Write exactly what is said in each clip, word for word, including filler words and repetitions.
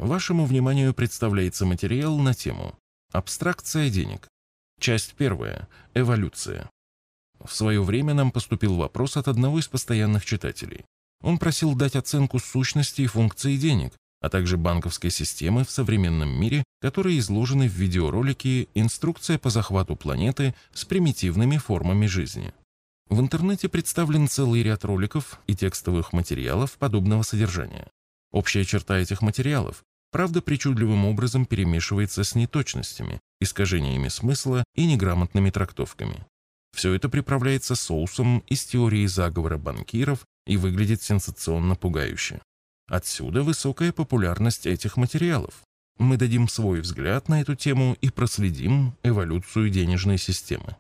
Вашему вниманию представляется материал на тему «Абстракция денег». Часть первая. Эволюция. В свое время нам поступил вопрос от одного из постоянных читателей. Он просил дать оценку сущности и функции денег, а также банковской системы в современном мире, которые изложены в видеоролике «Инструкция по захвату планеты с примитивными формами жизни». В интернете представлен целый ряд роликов и текстовых материалов подобного содержания. Общая черта этих материалов, правда, причудливым образом перемешивается с неточностями, искажениями смысла и неграмотными трактовками. Все это приправляется соусом из теории заговора банкиров и выглядит сенсационно пугающе. Отсюда высокая популярность этих материалов. Мы дадим свой взгляд на эту тему и проследим эволюцию денежной системы.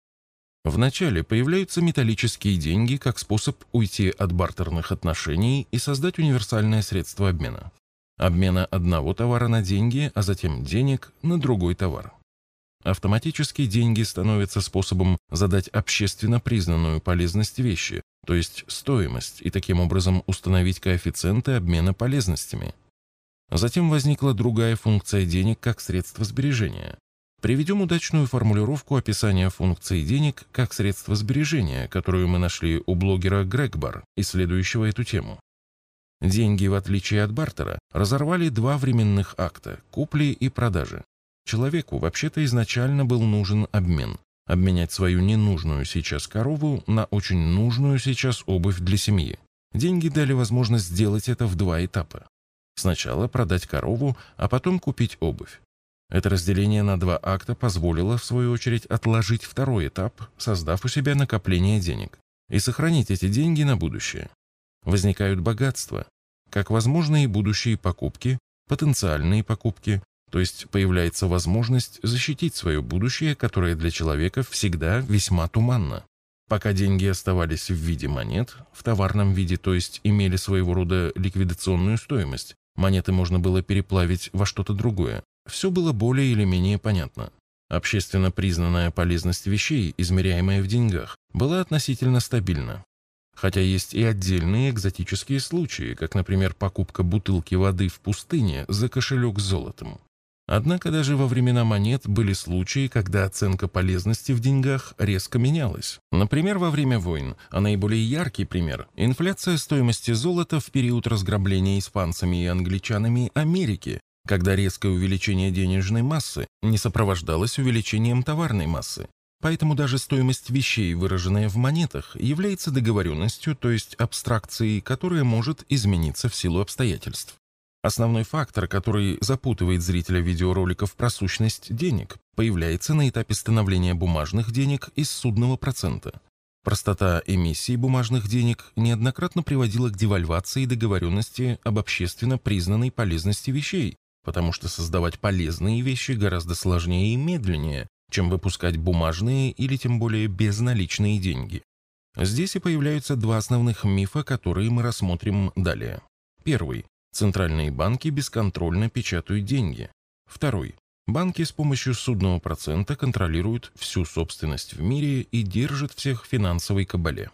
Вначале появляются металлические деньги как способ уйти от бартерных отношений и создать универсальное средство обмена. Обмена одного товара на деньги, а затем денег на другой товар. Автоматически деньги становятся способом задать общественно признанную полезность вещи, то есть стоимость, и таким образом установить коэффициенты обмена полезностями. Затем возникла другая функция денег как средство сбережения. Приведем удачную формулировку описания функции денег как средство сбережения, которую мы нашли у блогера Грегбар, исследующего эту тему. Деньги, в отличие от бартера, разорвали два временных акта – купли и продажи. Человеку вообще-то изначально был нужен обмен. Обменять свою ненужную сейчас корову на очень нужную сейчас обувь для семьи. Деньги дали возможность сделать это в два этапа. Сначала продать корову, а потом купить обувь. Это разделение на два акта позволило, в свою очередь, отложить второй этап, создав у себя накопление денег, и сохранить эти деньги на будущее. Возникают богатства, как возможные будущие покупки, потенциальные покупки, то есть появляется возможность защитить свое будущее, которое для человека всегда весьма туманно. Пока деньги оставались в виде монет, в товарном виде, то есть имели своего рода ликвидационную стоимость, монеты можно было переплавить во что-то другое, все было более или менее понятно. Общественно признанная полезность вещей, измеряемая в деньгах, была относительно стабильна. Хотя есть и отдельные экзотические случаи, как, например, покупка бутылки воды в пустыне за кошелек с золотом. Однако даже во времена монет были случаи, когда оценка полезности в деньгах резко менялась. Например, во время войн, а наиболее яркий пример – инфляция стоимости золота в период разграбления испанцами и англичанами Америки, когда резкое увеличение денежной массы не сопровождалось увеличением товарной массы. Поэтому даже стоимость вещей, выраженная в монетах, является договоренностью, то есть абстракцией, которая может измениться в силу обстоятельств. Основной фактор, который запутывает зрителя видеороликов про сущность денег, появляется на этапе становления бумажных денег из судного процента. Простота эмиссии бумажных денег неоднократно приводила к девальвации договоренности об общественно признанной полезности вещей, потому что создавать полезные вещи гораздо сложнее и медленнее, чем выпускать бумажные или тем более безналичные деньги. Здесь и появляются два основных мифа, которые мы рассмотрим далее. Первый. Центральные банки бесконтрольно печатают деньги. Второй. Банки с помощью судного процента контролируют всю собственность в мире и держат всех в финансовой кабале.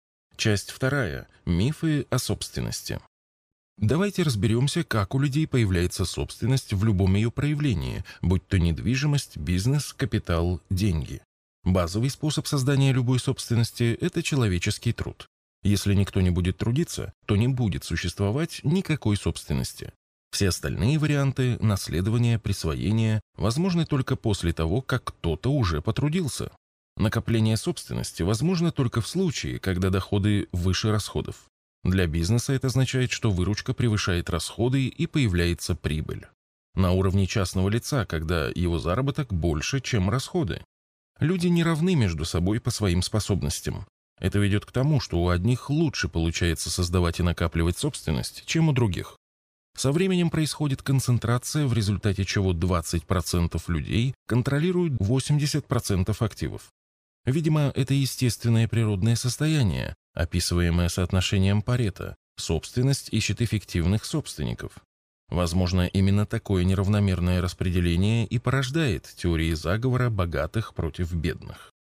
Часть вторая. Мифы о собственности. Давайте разберемся, как у людей появляется собственность в любом ее проявлении, будь то недвижимость, бизнес, капитал, деньги. Базовый способ создания любой собственности – это человеческий труд. Если никто не будет трудиться, то не будет существовать никакой собственности. Все остальные варианты – наследование, присвоение – возможны только после того, как кто-то уже потрудился. Накопление собственности возможно только в случае, когда доходы выше расходов. Для бизнеса это означает, что выручка превышает расходы и появляется прибыль. На уровне частного лица, когда его заработок больше, чем расходы. Люди не равны между собой по своим способностям. Это ведет к тому, что у одних лучше получается создавать и накапливать собственность, чем у других. Со временем происходит концентрация, в результате чего двадцать процентов людей контролируют восемьдесят процентов активов. Видимо, это естественное природное состояние, описываемое соотношением Парето. Собственность ищет эффективных собственников. Возможно, именно такое неравномерное распределение и порождает теории заговора богатых против бедных.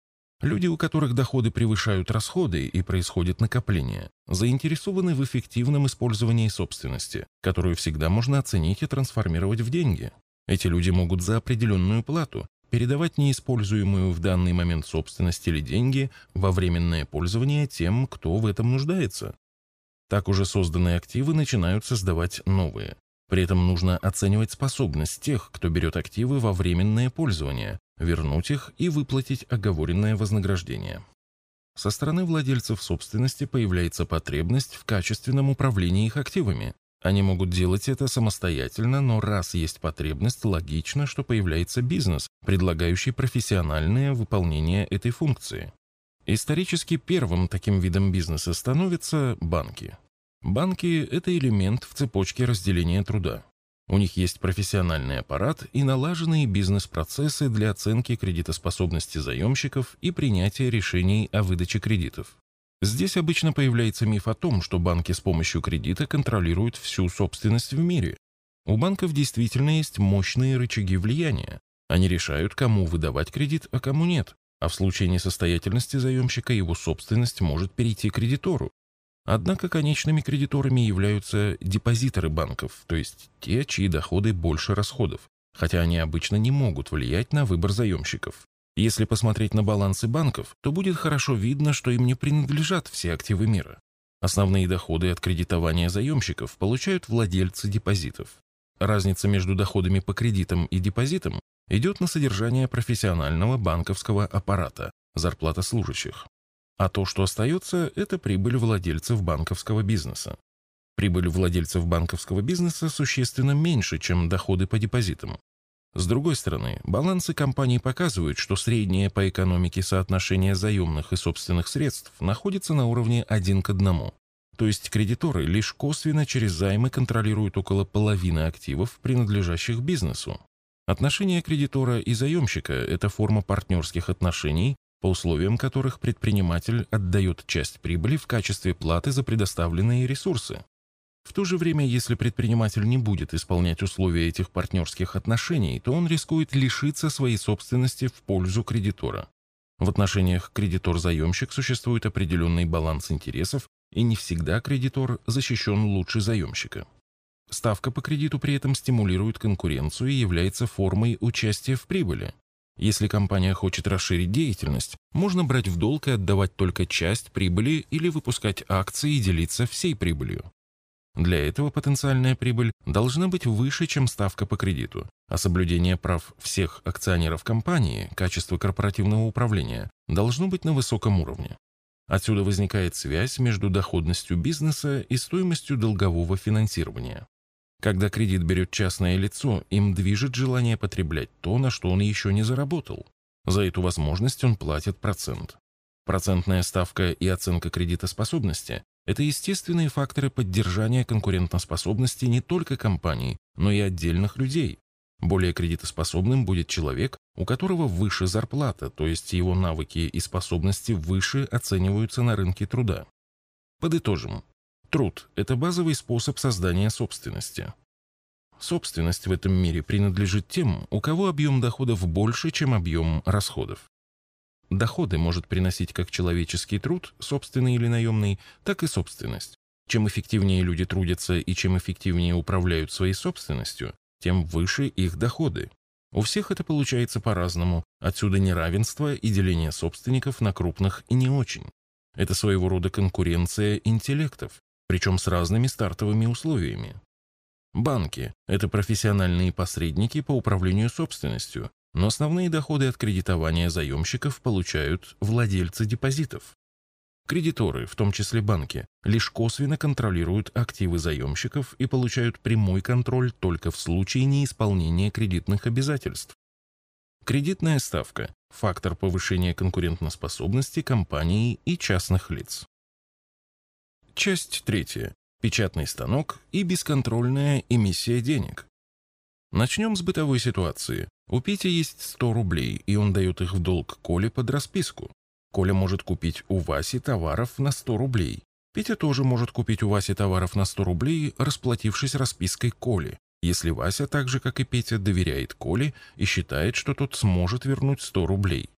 Люди, у которых доходы превышают расходы и происходит накопление, заинтересованы в эффективном использовании собственности, которую всегда можно оценить и трансформировать в деньги. Эти люди могут за определенную плату передавать неиспользуемую в данный момент собственность или деньги во временное пользование тем, кто в этом нуждается. Так уже созданные активы начинают создавать новые. При этом нужно оценивать способность тех, кто берет активы во временное пользование, вернуть их и выплатить оговоренное вознаграждение. Со стороны владельцев собственности появляется потребность в качественном управлении их активами. Они могут делать это самостоятельно, но раз есть потребность, логично, что появляется бизнес, предлагающий профессиональное выполнение этой функции. Исторически первым таким видом бизнеса становятся банки. Банки – это элемент в цепочке разделения труда. У них есть профессиональный аппарат и налаженные бизнес-процессы для оценки кредитоспособности заемщиков и принятия решений о выдаче кредитов. Здесь обычно появляется миф о том, что банки с помощью кредита контролируют всю собственность в мире. У банков действительно есть мощные рычаги влияния. Они решают, кому выдавать кредит, а кому нет. А в случае несостоятельности заемщика его собственность может перейти к кредитору. Однако конечными кредиторами являются депозиторы банков, то есть те, чьи доходы больше расходов, хотя они обычно не могут влиять на выбор заемщиков. Если посмотреть на балансы банков, то будет хорошо видно, что им не принадлежат все активы мира. Основные доходы от кредитования заемщиков получают владельцы депозитов. Разница между доходами по кредитам и депозитам идет на содержание профессионального банковского аппарата, зарплата служащих. А то, что остается, это прибыль владельцев банковского бизнеса. Прибыль владельцев банковского бизнеса существенно меньше, чем доходы по депозитам. С другой стороны, балансы компаний показывают, что среднее по экономике соотношение заемных и собственных средств находится на уровне один к одному. То есть кредиторы лишь косвенно через займы контролируют около половины активов, принадлежащих бизнесу. Отношения кредитора и заемщика – это форма партнерских отношений, по условиям которых предприниматель отдает часть прибыли в качестве платы за предоставленные ресурсы. В то же время, если предприниматель не будет исполнять условия этих партнерских отношений, то он рискует лишиться своей собственности в пользу кредитора. В отношениях кредитор-заемщик существует определенный баланс интересов, и не всегда кредитор защищен лучше заемщика. Ставка по кредиту при этом стимулирует конкуренцию и является формой участия в прибыли. Если компания хочет расширить деятельность, можно брать в долг и отдавать только часть прибыли или выпускать акции и делиться всей прибылью. Для этого потенциальная прибыль должна быть выше, чем ставка по кредиту, а соблюдение прав всех акционеров компании, качество корпоративного управления, должно быть на высоком уровне. Отсюда возникает связь между доходностью бизнеса и стоимостью долгового финансирования. Когда кредит берет частное лицо, им движет желание потреблять то, на что он еще не заработал. За эту возможность он платит процент. Процентная ставка и оценка кредитоспособности – это естественные факторы поддержания конкурентоспособности не только компаний, но и отдельных людей. Более кредитоспособным будет человек, у которого выше зарплата, то есть его навыки и способности выше оцениваются на рынке труда. Подытожим. Труд – это базовый способ создания собственности. Собственность в этом мире принадлежит тем, у кого объем доходов больше, чем объем расходов. Доходы может приносить как человеческий труд, собственный или наемный, так и собственность. Чем эффективнее люди трудятся и чем эффективнее управляют своей собственностью, тем выше их доходы. У всех это получается по-разному, отсюда неравенство и деление собственников на крупных и не очень. Это своего рода конкуренция интеллектов, причем с разными стартовыми условиями. Банки – это профессиональные посредники по управлению собственностью, но основные доходы от кредитования заемщиков получают владельцы депозитов. Кредиторы, в том числе банки, лишь косвенно контролируют активы заемщиков и получают прямой контроль только в случае неисполнения кредитных обязательств. Кредитная ставка – фактор повышения конкурентоспособности компаний и частных лиц. Часть третья. Печатный станок и бесконтрольная эмиссия денег. Начнем с бытовой ситуации. У Пети есть сто рублей, и он дает их в долг Коле под расписку. Коля может купить у Васи товаров на сто рублей. Петя тоже может купить у Васи товаров на сто рублей, расплатившись распиской Коле, если Вася, так же как и Петя, доверяет Коле и считает, что тот сможет вернуть сто рублей.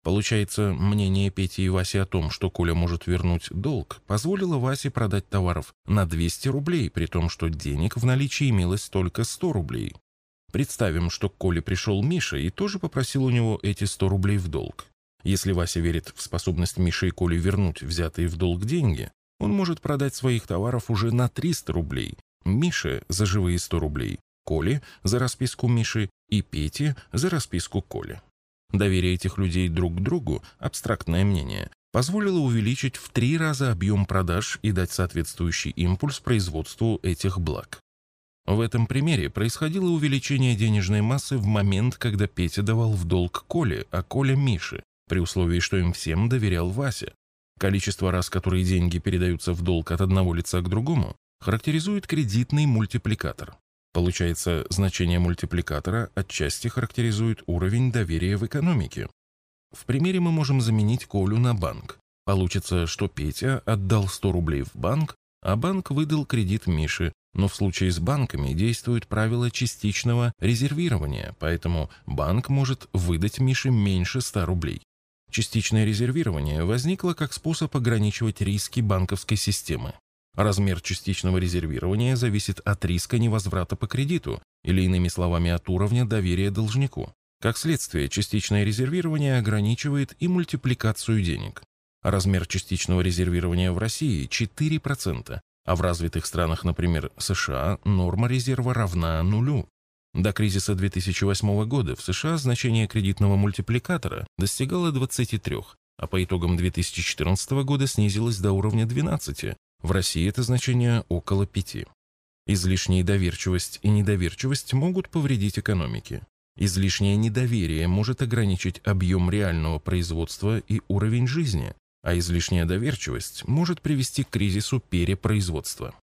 Получается, мнение Пети и Васи о том, что Коля может вернуть долг, позволило Васе продать товаров на двести рублей, при том, что денег в наличии имелось только сто рублей. Представим, что к Коле пришел Миша и тоже попросил у него эти сто рублей в долг. Если Вася верит в способность Миши и Коли вернуть взятые в долг деньги, он может продать своих товаров уже на триста рублей, Мише за живые сто рублей, Коле за расписку Миши и Пете за расписку Коли. Доверие этих людей друг к другу, абстрактное мнение, позволило увеличить в три раза объем продаж и дать соответствующий импульс производству этих благ. В этом примере происходило увеличение денежной массы в момент, когда Петя давал в долг Коле, а Коля Мише, при условии, что им всем доверял Вася. Количество раз, которые деньги передаются в долг от одного лица к другому, характеризует кредитный мультипликатор. Получается, значение мультипликатора отчасти характеризует уровень доверия в экономике. В примере мы можем заменить Колю на банк. Получится, что Петя отдал сто рублей в банк, а банк выдал кредит Мише, но в случае с банками действует правило частичного резервирования, поэтому банк может выдать Мише меньше ста рублей. Частичное резервирование возникло как способ ограничивать риски банковской системы. Размер частичного резервирования зависит от риска невозврата по кредиту, или, иными словами, от уровня доверия должнику. Как следствие, частичное резервирование ограничивает и мультипликацию денег. Размер частичного резервирования в России – четыре процента, а в развитых странах, например, США, норма резерва равна нулю. До кризиса две тысячи восьмого года в США значение кредитного мультипликатора достигало двадцати трёх, а по итогам две тысячи четырнадцатого года снизилось до уровня двенадцати. В России это значение около пяти. Излишняя доверчивость и недоверчивость могут повредить экономике. Излишнее недоверие может ограничить объем реального производства и уровень жизни, а излишняя доверчивость может привести к кризису перепроизводства.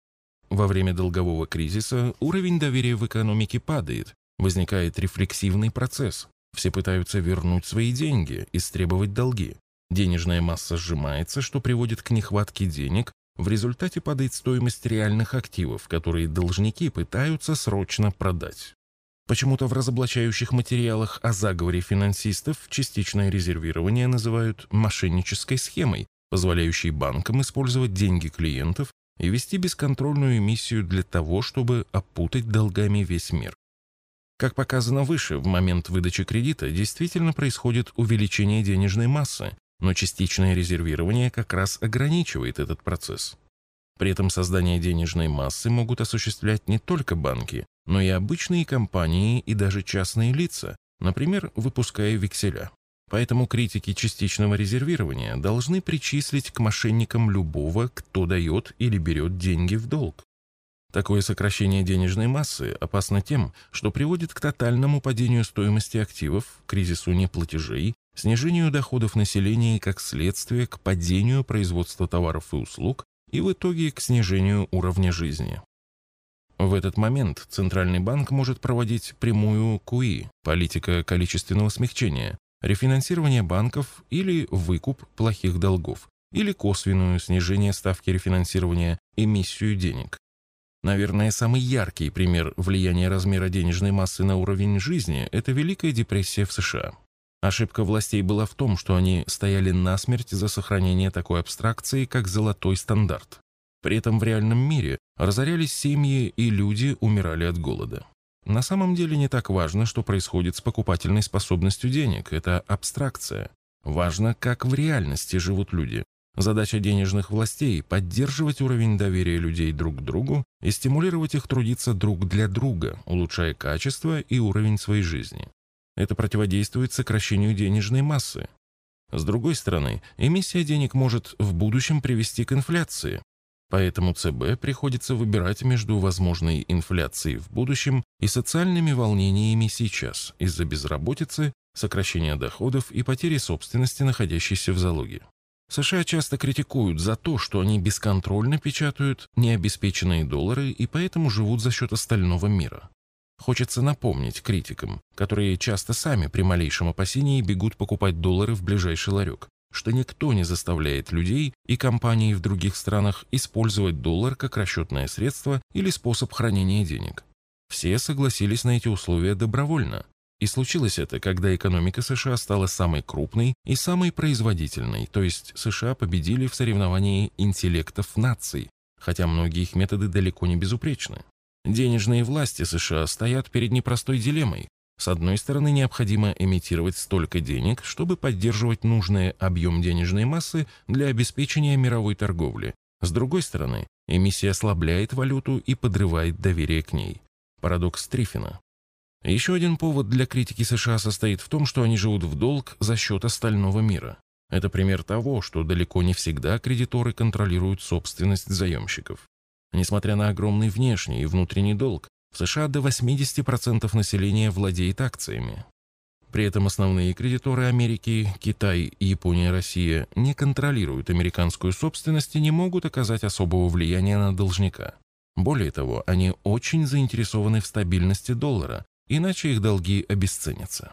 Во время долгового кризиса уровень доверия в экономике падает, возникает рефлексивный процесс. Все пытаются вернуть свои деньги, истребовать долги. Денежная масса сжимается, что приводит к нехватке денег. В результате падает стоимость реальных активов, которые должники пытаются срочно продать. Почему-то в разоблачающих материалах о заговоре финансистов частичное резервирование называют мошеннической схемой, позволяющей банкам использовать деньги клиентов и вести бесконтрольную эмиссию для того, чтобы опутать долгами весь мир. Как показано выше, в момент выдачи кредита действительно происходит увеличение денежной массы, но частичное резервирование как раз ограничивает этот процесс. При этом создание денежной массы могут осуществлять не только банки, но и обычные компании и даже частные лица, например, выпуская векселя. Поэтому критики частичного резервирования должны причислить к мошенникам любого, кто дает или берет деньги в долг. Такое сокращение денежной массы опасно тем, что приводит к тотальному падению стоимости активов, кризису неплатежей, снижению доходов населения и, как следствие, к падению производства товаров и услуг и в итоге к снижению уровня жизни. В этот момент Центральный банк может проводить прямую ку и – политика количественного смягчения, рефинансирование банков или выкуп плохих долгов, или косвенную снижение ставки рефинансирования, эмиссию денег. Наверное, самый яркий пример влияния размера денежной массы на уровень жизни – это Великая депрессия в США. Ошибка властей была в том, что они стояли насмерть за сохранение такой абстракции, как золотой стандарт. При этом в реальном мире разорялись семьи и люди умирали от голода. На самом деле не так важно, что происходит с покупательной способностью денег, это абстракция. Важно, как в реальности живут люди. Задача денежных властей – поддерживать уровень доверия людей друг к другу и стимулировать их трудиться друг для друга, улучшая качество и уровень своей жизни. Это противодействует сокращению денежной массы. С другой стороны, эмиссия денег может в будущем привести к инфляции. Поэтому ЦБ приходится выбирать между возможной инфляцией в будущем и социальными волнениями сейчас из-за безработицы, сокращения доходов и потери собственности, находящейся в залоге. США часто критикуют за то, что они бесконтрольно печатают необеспеченные доллары и поэтому живут за счет остального мира. Хочется напомнить критикам, которые часто сами при малейшем опасении бегут покупать доллары в ближайший ларек, что никто не заставляет людей и компании в других странах использовать доллар как расчетное средство или способ хранения денег. Все согласились на эти условия добровольно. И случилось это, когда экономика США стала самой крупной и самой производительной, то есть США победили в соревновании интеллектов наций, хотя многие их методы далеко не безупречны. Денежные власти США стоят перед непростой дилеммой. С одной стороны, необходимо эмитировать столько денег, чтобы поддерживать нужный объем денежной массы для обеспечения мировой торговли. С другой стороны, эмиссия ослабляет валюту и подрывает доверие к ней. Парадокс Триффина. Еще один повод для критики США состоит в том, что они живут в долг за счет остального мира. Это пример того, что далеко не всегда кредиторы контролируют собственность заемщиков. Несмотря на огромный внешний и внутренний долг, в США до восьмидесяти процентов населения владеет акциями. При этом основные кредиторы Америки, Китай, Япония, Россия, не контролируют американскую собственность и не могут оказать особого влияния на должника. Более того, они очень заинтересованы в стабильности доллара, иначе их долги обесценятся.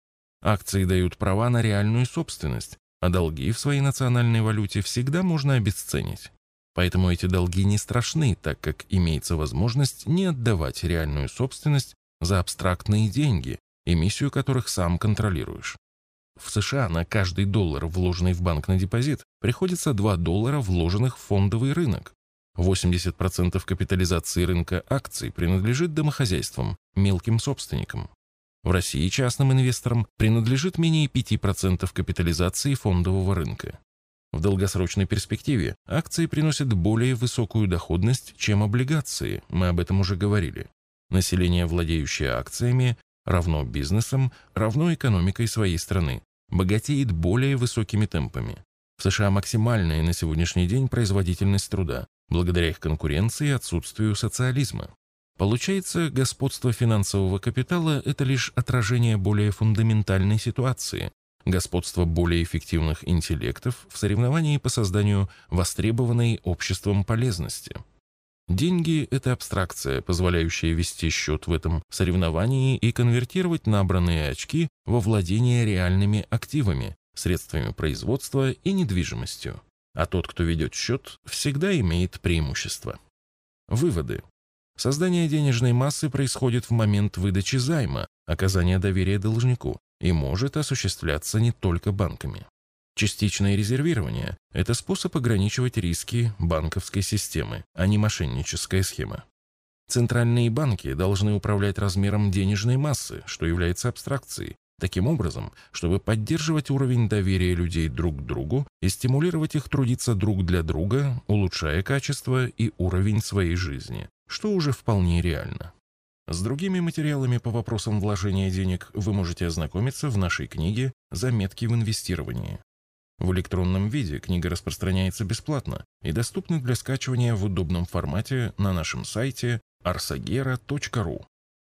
Акции дают права на реальную собственность, а долги в своей национальной валюте всегда можно обесценить. Поэтому эти долги не страшны, так как имеется возможность не отдавать реальную собственность за абстрактные деньги, эмиссию которых сам контролируешь. В США на каждый доллар, вложенный в банк на депозит, приходится два доллара, вложенных в фондовый рынок. восемьдесят процентов капитализации рынка акций принадлежит домохозяйствам, мелким собственникам. В России частным инвесторам принадлежит менее пяти процентов капитализации фондового рынка. В долгосрочной перспективе акции приносят более высокую доходность, чем облигации, мы об этом уже говорили. Население, владеющее акциями, равно бизнесом, равно экономикой своей страны, богатеет более высокими темпами. В США максимальная на сегодняшний день производительность труда, благодаря их конкуренции и отсутствию социализма. Получается, господство финансового капитала – это лишь отражение более фундаментальной ситуации, господство более эффективных интеллектов в соревновании по созданию востребованной обществом полезности. Деньги – это абстракция, позволяющая вести счет в этом соревновании и конвертировать набранные очки во владение реальными активами, средствами производства и недвижимостью. А тот, кто ведет счет, всегда имеет преимущество. Выводы. Создание денежной массы происходит в момент выдачи займа, оказания доверия должнику, и может осуществляться не только банками. Частичное резервирование – это способ ограничивать риски банковской системы, а не мошенническая схема. Центральные банки должны управлять размером денежной массы, что является абстракцией, таким образом, чтобы поддерживать уровень доверия людей друг к другу и стимулировать их трудиться друг для друга, улучшая качество и уровень своей жизни, что уже вполне реально. С другими материалами по вопросам вложения денег вы можете ознакомиться в нашей книге «Заметки в инвестировании». В электронном виде книга распространяется бесплатно и доступна для скачивания в удобном формате на нашем сайте arsagera точка ру.